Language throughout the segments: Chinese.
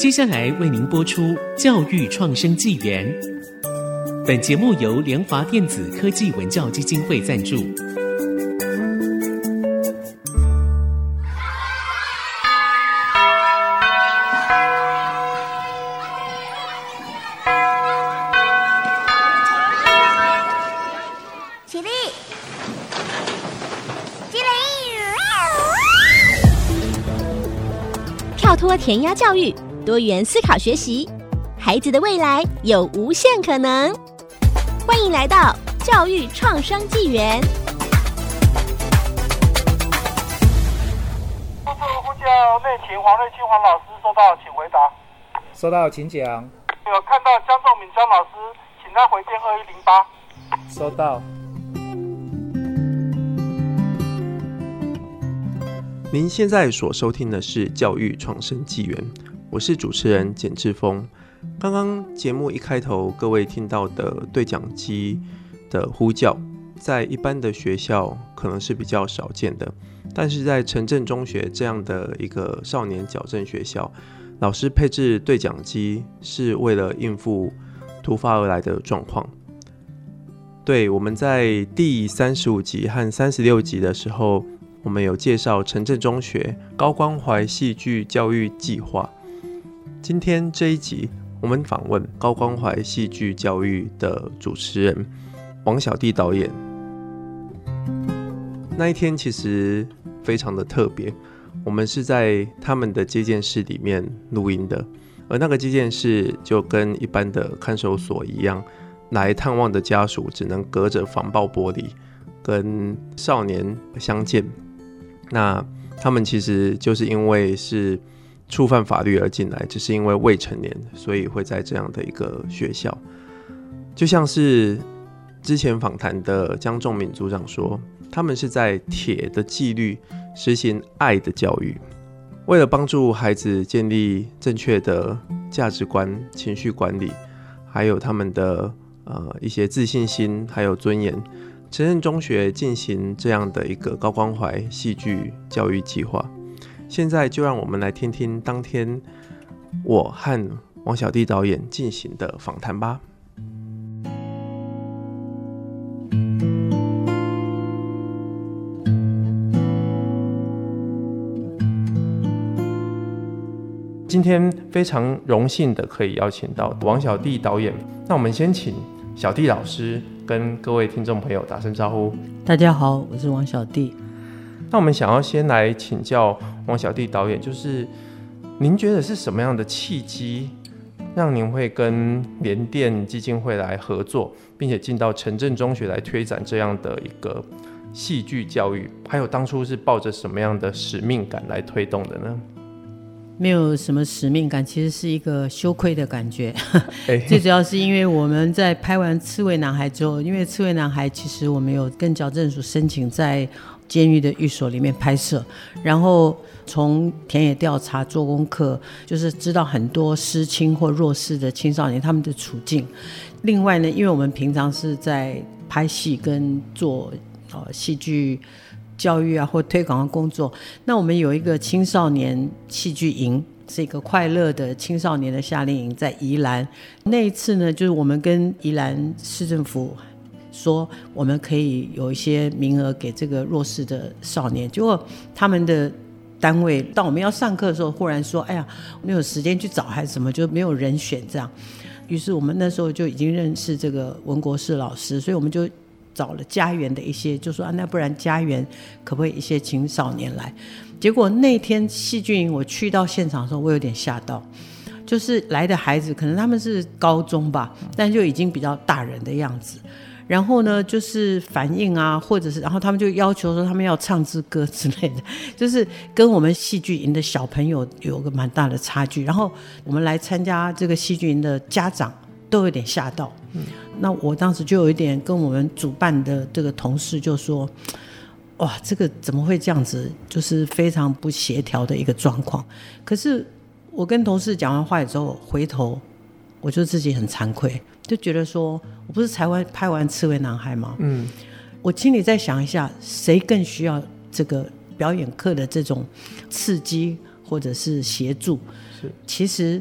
接下来为您播出教育创生纪元。本节目由联华电子科技文教基金会赞助。 起立！跳脱填鸭教育，多元思考学习，孩子的未来有无限可能。欢迎来到教育创生纪元。 呼叫内勤黄瑞清黄老师，收到请回答。 收到请讲。 有看到江仲敏江老师，请他回电2108。 收到。 您现在所收听的是教育创生纪元，我是主持人简志峰。刚刚节目一开头各位听到的对讲机的呼叫，在一般的学校可能是比较少见的，但是在城镇中学这样的一个少年矫正学校，老师配置对讲机是为了应付突发而来的状况。对，我们在第35集和36集的时候，我们有介绍城镇中学高关怀戏剧教育计划。今天这一集，我们访问高关怀戏剧教育的主持人王小弟导演。那一天其实非常的特别，我们是在他们的接见室里面录音的，而那个接见室就跟一般的看守所一样，来探望的家属只能隔着防爆玻璃跟少年相见。那他们其实就是因为是触犯法律而进来，只是因为未成年，所以会在这样的一个学校。就像是之前访谈的江仲敏组长说，他们是在铁的纪律实行爱的教育，为了帮助孩子建立正确的价值观、情绪管理，还有他们的一些自信心还有尊严，城镇中学进行这样的一个高关怀戏剧教育计划。现在就让我们来听听当天我和王小弟导演进行的访谈吧。今天非常荣幸的可以邀请到王小弟导演，那我们先请小弟老师跟各位听众朋友打声招呼。 大家好，我是王小弟。 那我们想要先来请教王小弟导演，就是您觉得是什么样的契机让您会跟联电基金会来合作，并且进到城镇中学来推展这样的一个戏剧教育，还有当初是抱着什么样的使命感来推动的呢？ 没有什么使命感，其实是一个羞愧的感觉。最主要是因为我们在拍完《刺猬男孩》之后，因为《刺猬男孩》其实我们有跟矫正署申请在监狱的寓所里面拍摄，然后从田野调查做功课，就是知道很多失亲或弱势的青少年他们的处境。另外呢，因为我们平常是在拍戏跟做戏剧教育啊或推广的工作，那我们有一个青少年戏剧营，是一个快乐的青少年的夏令营，在宜兰。那一次呢，就是我们跟宜兰市政府说我们可以有一些名额给这个弱势的少年，结果他们的单位当我们要上课的时候忽然说，哎呀没有时间去找还是什么，就没有人选这样。于是我们那时候就已经认识这个文国士老师，所以我们就找了家园的一些，就说那不然家园可不可以一些青少年来。结果那天戏剧营我去到现场的时候，我有点吓到，就是来的孩子可能他们是高中吧，但就已经比较大人的样子。然后呢就是反应啊，或者是然后他们就要求说他们要唱支歌之类的，就是跟我们戏剧营的小朋友有个蛮大的差距。然后我们来参加这个戏剧营的家长都有点吓到，那我当时就有一点跟我们主办的这个同事就说，哇，这个怎么会这样子，就是非常不协调的一个状况。可是我跟同事讲完话之后，回头我就自己很惭愧，就觉得说我不是才拍完《刺猬男孩》吗？我心里再想一下，谁更需要这个表演课的这种刺激或者是协助？其实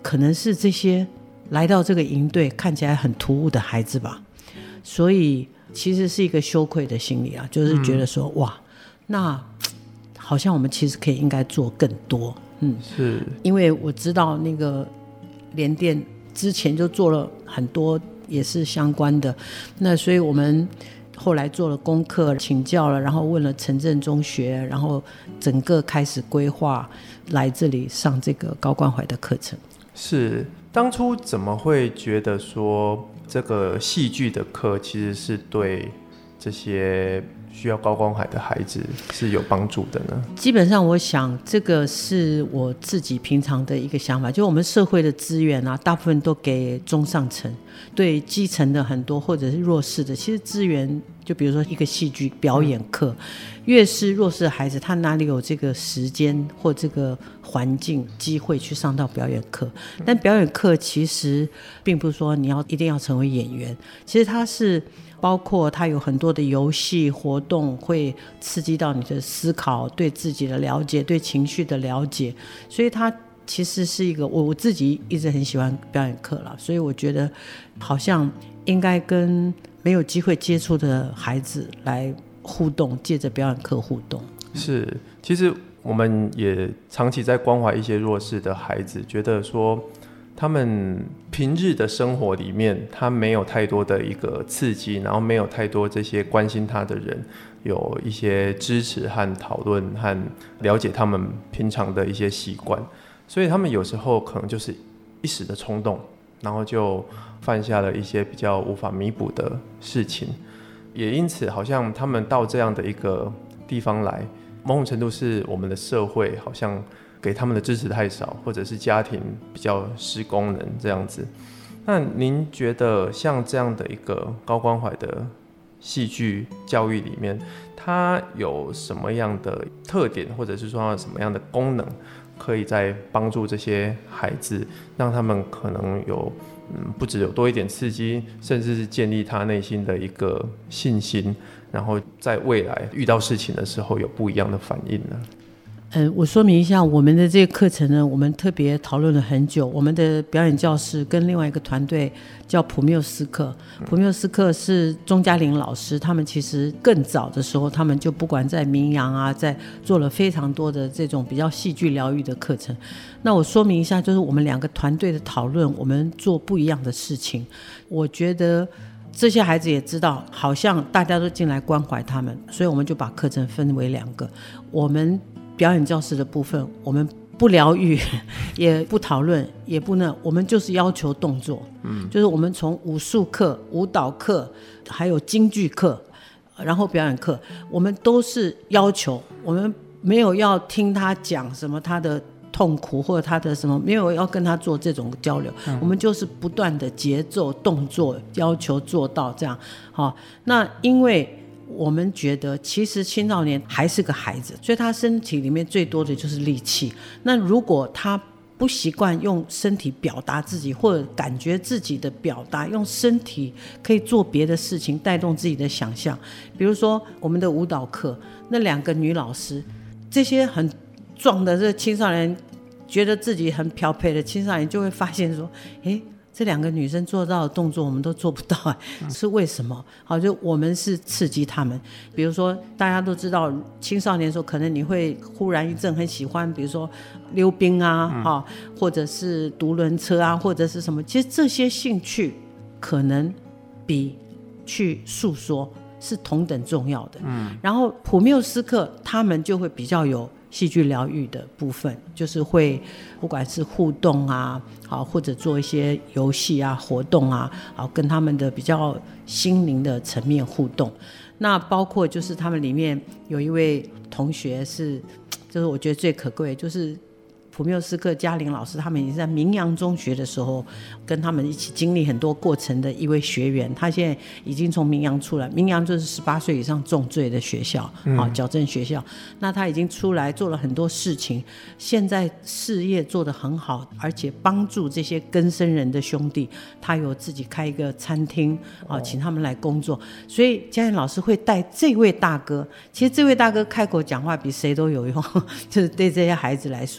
可能是这些来到这个营队看起来很突兀的孩子吧，所以其实是一个羞愧的心理啊，就是觉得说哇，那好像我们其实应该做更多。 是因为我知道那个联电之前就做了很多也是相关的，那所以我们后来做了功课，请教了，然后问了城镇中学，然后整个开始规划来这里上这个高关怀的课程。 是，当初怎么会觉得说这个戏剧的课其实是对这些需要高关怀的孩子是有帮助的呢？ 基本上我想这个是我自己平常的一个想法，就我们社会的资源啊，大部分都给中上层，对基层的很多或者是弱势的，其实资源就比如说一个戏剧表演课，越是弱势的孩子，他哪里有这个时间或这个环境机会去上到表演课？但表演课其实并不是说你一定要成为演员，其实它是包括它有很多的游戏活动，会刺激到你的思考，对自己的了解，对情绪的了解，所以它其实是一个我自己一直很喜欢表演课啦，所以我觉得好像应该跟没有机会接触的孩子来互动，借着表演课互动。 是，其实我们也长期在关怀一些弱势的孩子，觉得说他们平日的生活里面他没有太多的一个刺激，然后没有太多这些关心他的人有一些支持和讨论和了解他们平常的一些习惯，所以他们有时候可能就是一时的冲动，然后就犯下了一些比较无法弥补的事情，也因此好像他们到这样的一个地方来，某种程度是我们的社会好像给他们的支持太少，或者是家庭比较失功能这样子。那您觉得像这样的一个高关怀的戏剧教育里面，它有什么样的特点，或者是说它有什么样的功能，可以在帮助这些孩子，让他们可能有不只有多一点刺激，甚至是建立他内心的一个信心，然后在未来遇到事情的时候有不一样的反应呢？ 我说明一下，我们的这个课程呢，我们特别讨论了很久。我们的表演教室跟另外一个团队叫普缪斯课，普缪斯课是钟嘉玲老师，他们其实更早的时候，他们就不管在明阳啊，在做了非常多的这种比较戏剧疗愈的课程。那我说明一下，就是我们两个团队的讨论，我们做不一样的事情。我觉得这些孩子也知道，好像大家都进来关怀他们，所以我们就把课程分为两个。我们表演教室的部分，我们不疗愈，也不讨论，也不我们就是要求动作，就是我们从武术课、舞蹈课，还有京剧课，然后表演课，我们都是要求，我们没有要听他讲什么他的痛苦或者他的什么，没有要跟他做这种交流，我们就是不断的节奏动作要求做到这样。好，那因为我们觉得其实青少年还是个孩子，所以他身体里面最多的就是力气，那如果他不习惯用身体表达自己，或者感觉自己的表达用身体可以做别的事情，带动自己的想象，比如说我们的舞蹈课，那两个女老师，这些很壮的这青少年，觉得自己很漂配的青少年就会发现说，这两个女生做到的动作我们都做不到，是为什么？好，就我们是刺激他们。比如说大家都知道青少年的时候可能你会忽然一阵很喜欢比如说溜冰啊，或者是独轮车啊，或者是什么，其实这些兴趣可能比去诉说是同等重要的。然后普缪斯课他们就会比较有戏剧疗愈的部分，就是会不管是互动啊，好，或者做一些游戏啊活动啊，好，跟他们的比较心灵的层面互动。那包括就是他们里面有一位同学是，就是我觉得最可贵，就是普缪斯课嘉玲老师，他们已经在明阳中学的时候跟他们一起经历很多过程的一位学员，他现在已经从明阳出来，明阳就是18岁以上重罪的学校，矫正学校。那他已经出来做了很多事情，现在事业做得很好，而且帮助这些更生人的兄弟，他有自己开一个餐厅，请他们来工作。所以嘉玲老师会带这位大哥，其实这位大哥开口讲话比谁都有用，就是对这些孩子来说。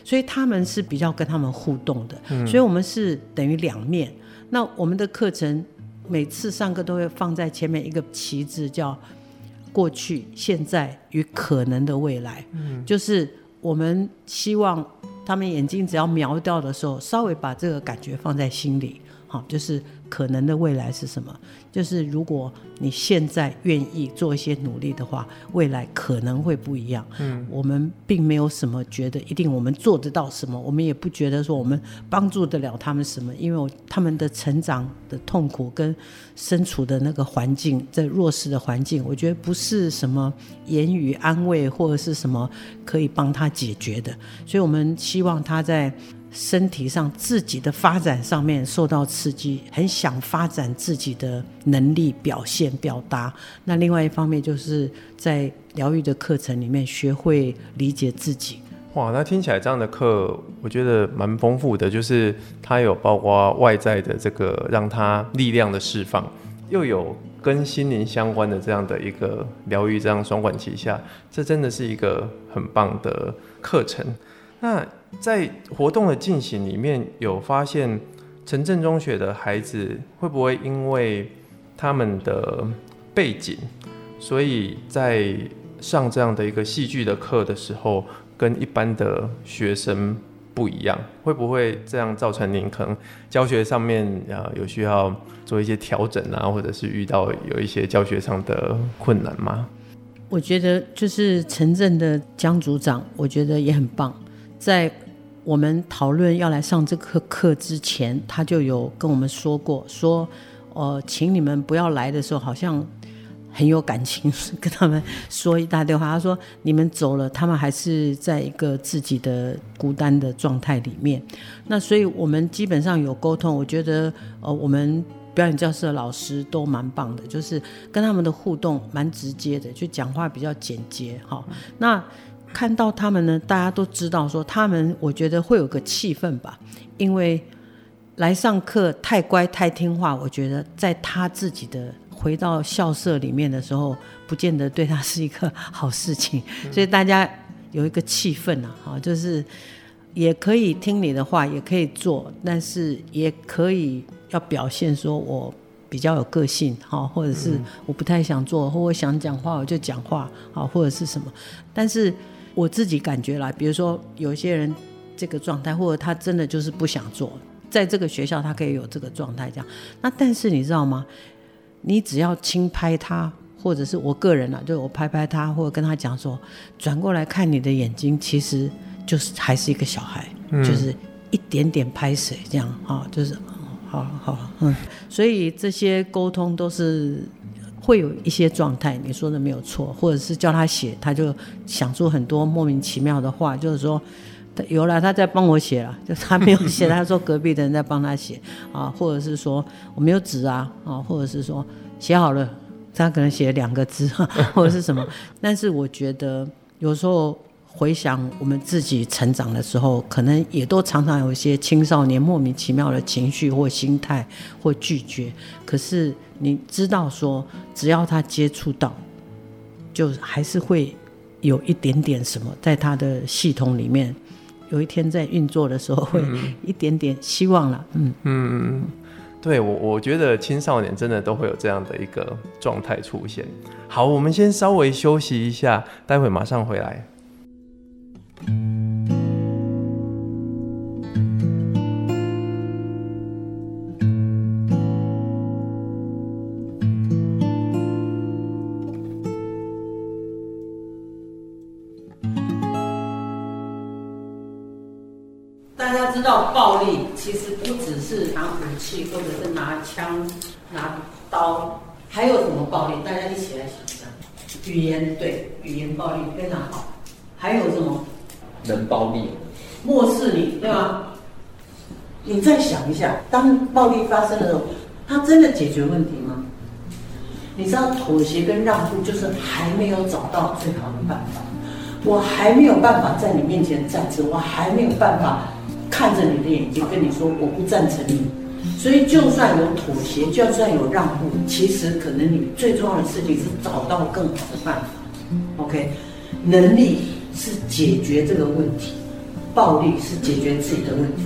所以他们是比较跟他们互动的，所以我们是等于两面。那我们的课程每次上课都会放在前面一个旗帜，叫过去、现在与可能的未来，就是我们希望他们眼睛只要瞄掉的时候，稍微把这个感觉放在心里，好，就是可能的未来是什么？就是如果你现在愿意做一些努力的话，未来可能会不一样。我们并没有什么觉得一定我们做得到什么，我们也不觉得说我们帮助得了他们什么，因为他们的成长的痛苦跟身处的那个环境，在弱势的环境，我觉得不是什么言语安慰或者是什么可以帮他解决的，所以我们希望他在身体上自己的发展上面受到刺激，很想发展自己的能力表现表达。那另外一方面就是在疗愈的课程里面学会理解自己。 哇，那听起来这样的课我觉得蛮丰富的，就是它有包括外在的这个让它力量的释放，又有跟心灵相关的这样的一个疗愈，这样双管齐下，这真的是一个很棒的课程。那在活动的进行里面，有发现城镇中学的孩子会不会因为他们的背景，所以在上这样的一个戏剧的课的时候，跟一般的学生不一样？会不会这样造成您可能教学上面有需要做一些调整啊，或者是遇到有一些教学上的困难吗？ 我觉得就是城镇的江组长，我觉得也很棒。在我们讨论要来上这个课之前，他就有跟我们说过，说请你们不要来的时候好像很有感情，跟他们说一大堆话。他说你们走了，他们还是在一个自己的孤单的状态里面。那所以我们基本上有沟通，我觉得我们表演教室的老师都蛮棒的，就是跟他们的互动蛮直接的，就讲话比较简洁。那看到他们呢，大家都知道说他们，我觉得会有个气氛吧，因为来上课太乖太听话，我觉得在他自己的回到校舍里面的时候，不见得对他是一个好事情，所以大家有一个气氛就是也可以听你的话，也可以做，但是也可以要表现说我比较有个性，或者是我不太想做，或我想讲话我就讲话，或者是什么。但是我自己感觉啦，比如说有些人这个状态，或者他真的就是不想做，在这个学校他可以有这个状态这样。那但是你知道吗，你只要轻拍他，或者是我个人就我拍拍他，或者跟他讲说转过来看你的眼睛，其实就是还是一个小孩，就是一点点拍水这样，就是好，所以这些沟通都是会有一些状态，你说的没有错，或者是叫他写，他就想出很多莫名其妙的话，就是说有了他在帮我写了，就他没有写，他说隔壁的人在帮他写或者是说我没有纸或者是说写好了，他可能写2个字或者是什么。但是我觉得有时候回想我们自己成长的时候，可能也都常常有一些青少年莫名其妙的情绪或心态或拒绝，可是你知道说只要他接触到，就还是会有一点点什么在他的系统里面，有一天在运作的时候会一点点希望了。 对，我觉得青少年真的都会有这样的一个状态出现。好，我们先稍微休息一下，待会马上回来。 大家知道暴力其实不只是拿武器或者是拿枪拿刀，还有什么暴力？大家一起来想想。语言，对，语言暴力非常好。还有什么？ 冷暴力， 漠视你，对吧？你再想一下，当暴力发生的时候，它真的解决问题吗？你知道妥协跟让步就是还没有找到最好的办法。我还没有办法在你面前站直，我还没有办法看着你的眼睛跟你说我不赞成你。所以就算有妥协，就算有让步，其实可能你最重要的事情是找到更好的办法。OK， 能力是解决这个问题。 暴力是解决自己的问题。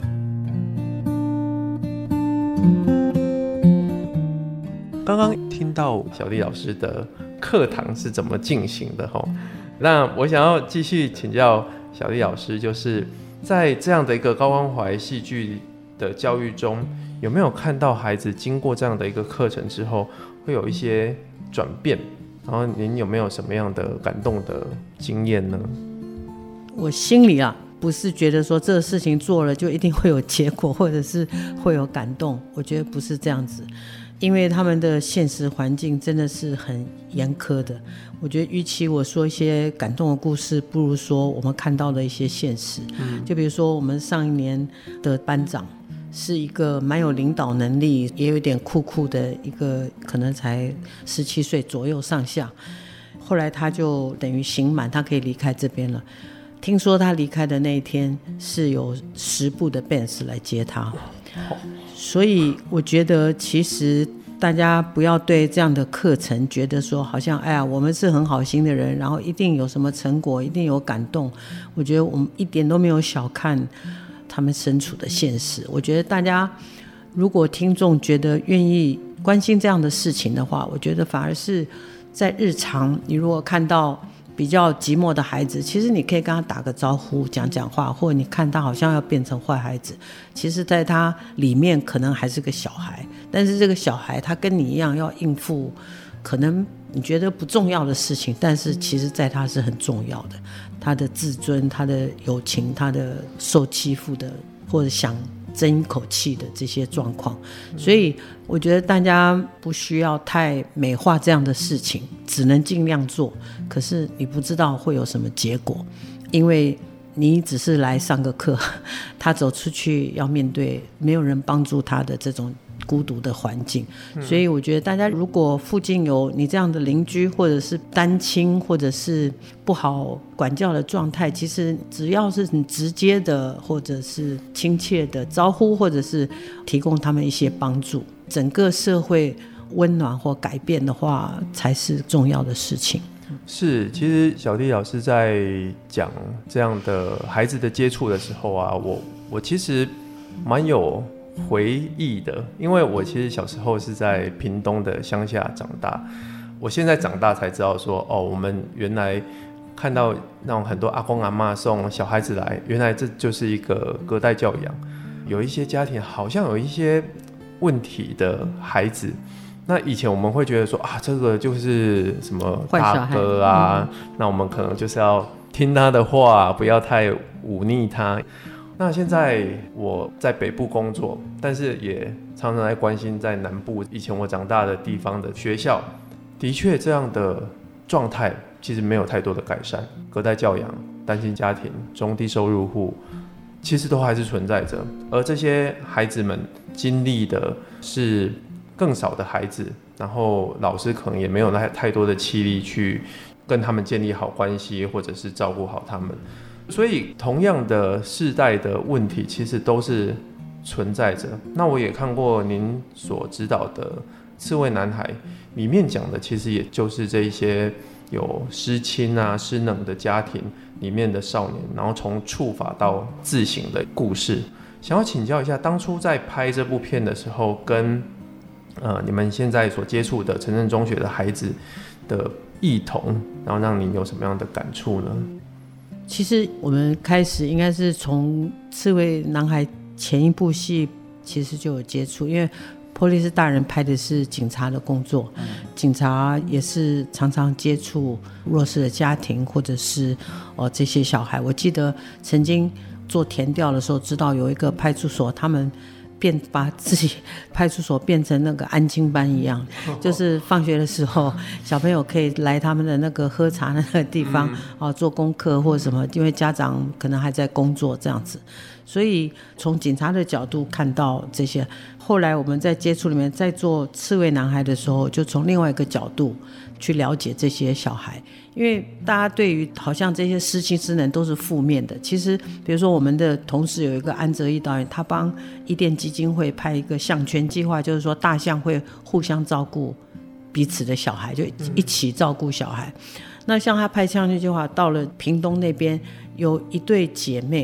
刚刚听到小丽老师的课堂是怎么进行的吼，那我想要继续请教小丽老师，就是在这样的一个高关怀戏剧的教育中，有没有看到孩子经过这样的一个课程之后会有一些转变？然后您有没有什么样的感动的经验呢？ 我心里不是觉得说这个事情做了就一定会有结果，或者是会有感动，我觉得不是这样子。因为他们的现实环境真的是很严苛的，我觉得与其我说一些感动的故事，不如说我们看到的一些现实。就比如说我们上一年的班长是一个蛮有领导能力，也有点酷酷的一个，可能才17岁左右上下，后来他就等于刑满，他可以离开这边了。听说他离开的那一天是有10部的 Benz 来接他，所以我觉得其实大家不要对这样的课程觉得说好像我们是很好心的人，然后一定有什么成果，一定有感动。我觉得我们一点都没有小看他们身处的现实。我觉得大家如果听众觉得愿意关心这样的事情的话，我觉得反而是在日常，你如果看到比较寂寞的孩子，其实你可以跟他打个招呼，讲讲话，或者你看他好像要变成坏孩子，其实在他里面可能还是个小孩，但是这个小孩他跟你一样要应付可能你觉得不重要的事情，但是其实在他是很重要的，他的自尊，他的友情，他的受欺负的或者想争一口气的这些状况。所以我觉得大家不需要太美化这样的事情，只能尽量做，可是你不知道会有什么结果，因为你只是来上个课，他走出去要面对没有人帮助他的这种孤独的环境。所以我觉得大家如果附近有你这样的邻居，或者是单亲，或者是不好管教的状态，其实只要是很直接的或者是亲切的招呼，或者是提供他们一些帮助，整个社会温暖或改变的话才是重要的事情。 是，其实小丽老师在讲这样的孩子的接触的时候我其实蛮有回忆的，因为我其实小时候是在屏东的乡下长大，我现在长大才知道说我们原来看到那种很多阿公阿嬷送小孩子来，原来这就是一个隔代教养，有一些家庭好像有一些问题的孩子，那以前我们会觉得说这个就是什么大哥那我们可能就是要听他的话，不要太忤逆他。那现在我在北部工作，但是也常常在关心在南部以前我长大的地方的学校，的确这样的状态其实没有太多的改善，隔代教养、单亲家庭、中低收入户其实都还是存在着，而这些孩子们经历的是更少的孩子，然后老师可能也没有太多的气力去跟他们建立好关系，或者是照顾好他们。所以同样的世代的问题其实都是存在着。那我也看过您所指导的刺猬男孩里面讲的，其实也就是这一些有失亲失能的家庭里面的少年，然后从触法到自省的故事。想要请教一下，当初在拍这部片的时候，跟你们现在所接触的城镇中学的孩子的异同，然后让您有什么样的感触呢？ 其实我们开始应该是从刺猬男孩前一部戏其实就有接触，因为波利斯大人拍的是警察的工作，警察也是常常接触弱势的家庭或者是这些小孩。我记得曾经做田调的时候，知道有一个派出所，他们把自己派出所变成那个安亲班一样，就是放学的时候小朋友可以来他们的那个喝茶那个地方做功课或什么，因为家长可能还在工作这样子。所以从警察的角度看到这些，后来我们在接触里面在做刺猬男孩的时候，就从另外一个角度去了解这些小孩。因为大家对于好像这些失亲失能都是负面的，其实比如说我们的同事有一个安哲义导演，他帮伊甸基金会拍一个象圈计划，就是说大象会互相照顾彼此的小孩，就一起照顾小孩。那像他拍象圈计划到了屏东那边，有一对姐妹，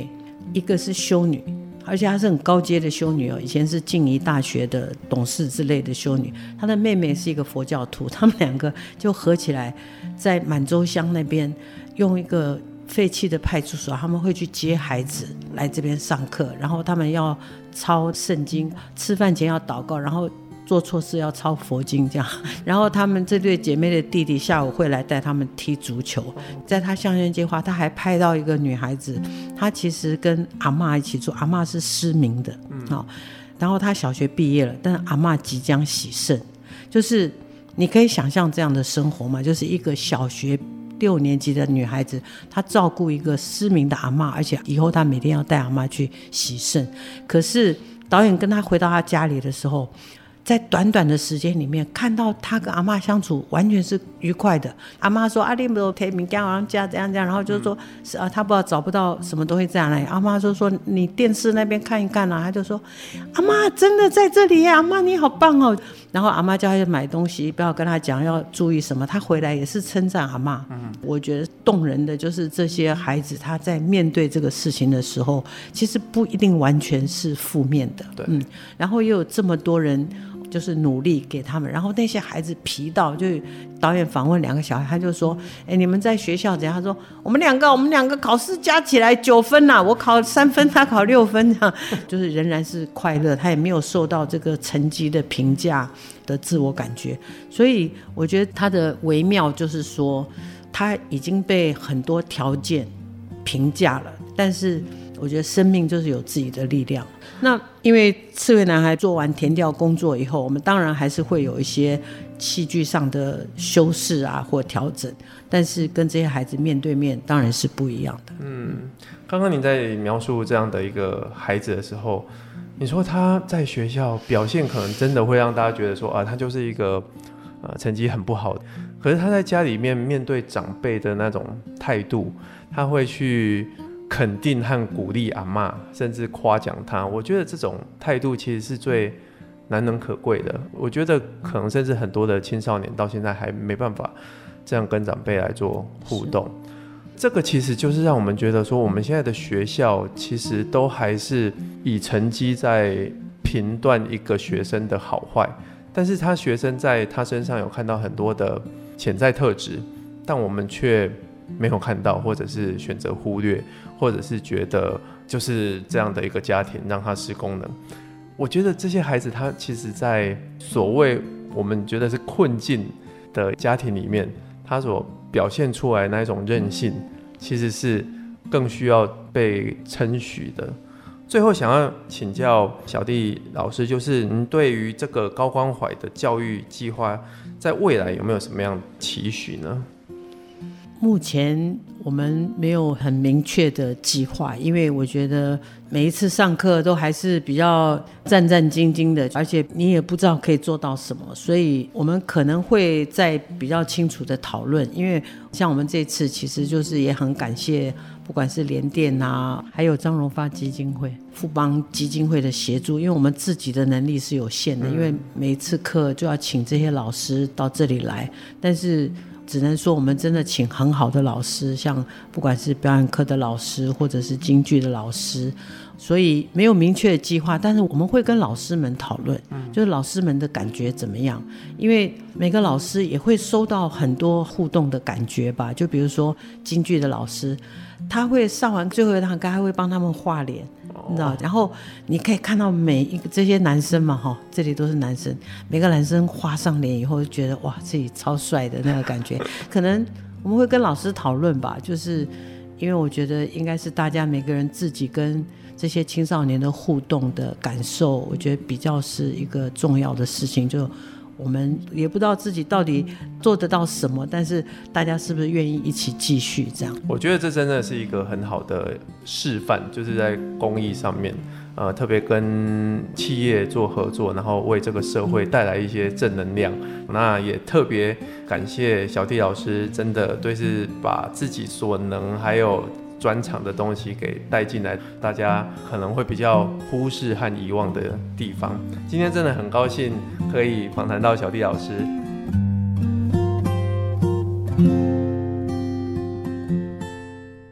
一个是修女，而且她是很高阶的修女哦，以前是静宜大学的董事之类的修女，她的妹妹是一个佛教徒，他们2个就合起来在满洲乡那边用一个废弃的派出所，他们会去接孩子来这边上课，然后他们要抄圣经，吃饭前要祷告，然后做错事要抄佛经这样。然后他们这对姐妹的弟弟下午会来带他们踢足球。在他乡间计划，他还拍到一个女孩子，她其实跟阿嬷一起住，阿嬷是失明的，然后她小学毕业了，但是阿嬷即将洗肾，就是你可以想象这样的生活吗？就是一个小学6年级的女孩子，她照顾一个失明的阿嬷，而且以后她每天要带阿嬷去洗肾。可是导演跟她回到她家里的时候，在短短的时间里面看到她跟阿嬷相处完全是愉快的。阿嬷说你没有提物件往家怎样怎样，然后就说她不知道找不到什么东西在哪里，阿嬷就说你电视那边看一看啊，她就说阿嬷真的在这里呀，阿嬷你好棒哦。然后阿嬷叫她去买东西，不要跟她讲要注意什么，她回来也是称赞阿嬷。我觉得动人的就是这些孩子他在面对这个事情的时候，其实不一定完全是负面的。 对， 然后又有这么多人就是努力给他们，然后那些孩子皮到，就导演访问2个小孩，他就说你们在学校怎样？他说我们两个考试加起来9分啦，我考3分，他考6分，这样就是仍然是快乐，他也没有受到这个成绩的评价的自我感觉。所以我觉得他的微妙就是说他已经被很多条件评价了，但是我觉得生命就是有自己的力量。那因为刺猬男孩做完田调工作以后，我们当然还是会有一些戏剧上的修饰啊或调整，但是跟这些孩子面对面当然是不一样的。 刚刚您在描述这样的一个孩子的时候，你说他在学校表现可能真的会让大家觉得说他就是一个成绩很不好的，可是他在家里面面对长辈的那种态度，他会去肯定和鼓励阿嬷，甚至夸奖他。我觉得这种态度其实是最难能可贵的。我觉得可能甚至很多的青少年到现在还没办法这样跟长辈来做互动。这个其实就是让我们觉得说，我们现在的学校其实都还是以成绩在评断一个学生的好坏，但是他学生在他身上有看到很多的潜在特质，但我们却没有看到，或者是选择忽略，或者是觉得就是这样的一个家庭让他失功能。我觉得这些孩子他其实在所谓我们觉得是困境的家庭里面，他所表现出来的那种韧性，其实是更需要被称许的。最后想要请教小弟老师，就是您对于这个高关怀的教育计划在未来有没有什么样的期许呢？ 目前我们没有很明确的计划，因为我觉得每一次上课都还是比较战战兢兢的，而且你也不知道可以做到什么，所以我们可能会在比较清楚的讨论。因为像我们这次其实就是也很感谢不管是联电啊，还有张荣发基金会、富邦基金会的协助，因为我们自己的能力是有限的，因为每一次课就要请这些老师到这里来，但是只能说我们真的请很好的老师，像不管是表演课的老师或者是京剧的老师，所以没有明确的计划，但是我们会跟老师们讨论，就是老师们的感觉怎么样，因为每个老师也会收到很多互动的感觉吧。就比如说京剧的老师，他会上完最后一堂课，他会帮他们画脸，你知道，然后你可以看到每一个这些男生嘛，这里都是男生，每个男生画上脸以后就觉得哇，自己超帅的那个感觉。可能我们会跟老师讨论吧，就是因为我觉得应该是大家每个人自己跟这些青少年的互动的感受，我觉得比较是一个重要的事情。就我们也不知道自己到底做得到什么，但是大家是不是愿意一起继续这样？ 我觉得这真的是一个很好的示范，就是在公益上面，特别跟企业做合作，然后为这个社会带来一些正能量。那也特别感谢小弟老师，真的对是把自己所能还有专长的东西给带进来，大家可能会比较忽视和遗忘的地方。今天真的很高兴可以访谈到小弟老师。 听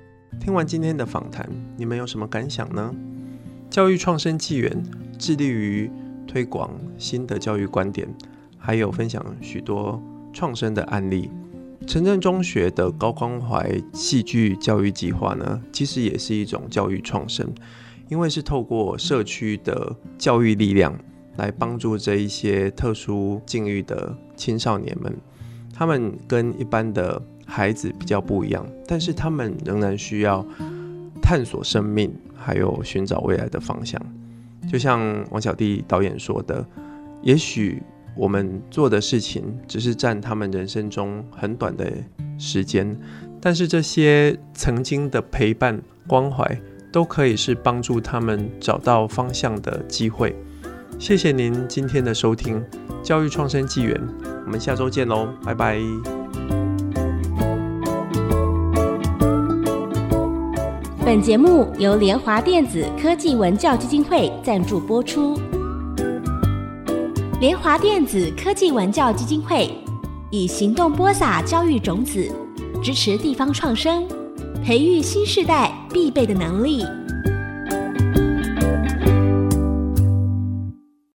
听完今天的访谈，你们有什么感想呢？教育创生纪元致力于推广新的教育观点，还有分享许多创生的案例。城镇中学的高关怀戏剧教育计划呢，其实也是一种教育创生，因为是透过社区的教育力量来帮助这一些特殊境遇的青少年们。他们跟一般的孩子比较不一样，但是他们仍然需要探索生命，还有寻找未来的方向。就像王小弟导演说的，也许我们做的事情只是占他们人生中很短的时间，但是这些曾经的陪伴关怀都可以是帮助他们找到方向的机会。谢谢您今天的收听，教育创生纪元，我们下周见喽，拜拜。 本节目由联华电子科技文教基金会赞助播出。联华电子科技文教基金会以行动播撒教育种子，支持地方创生，培育新世代必备的能力。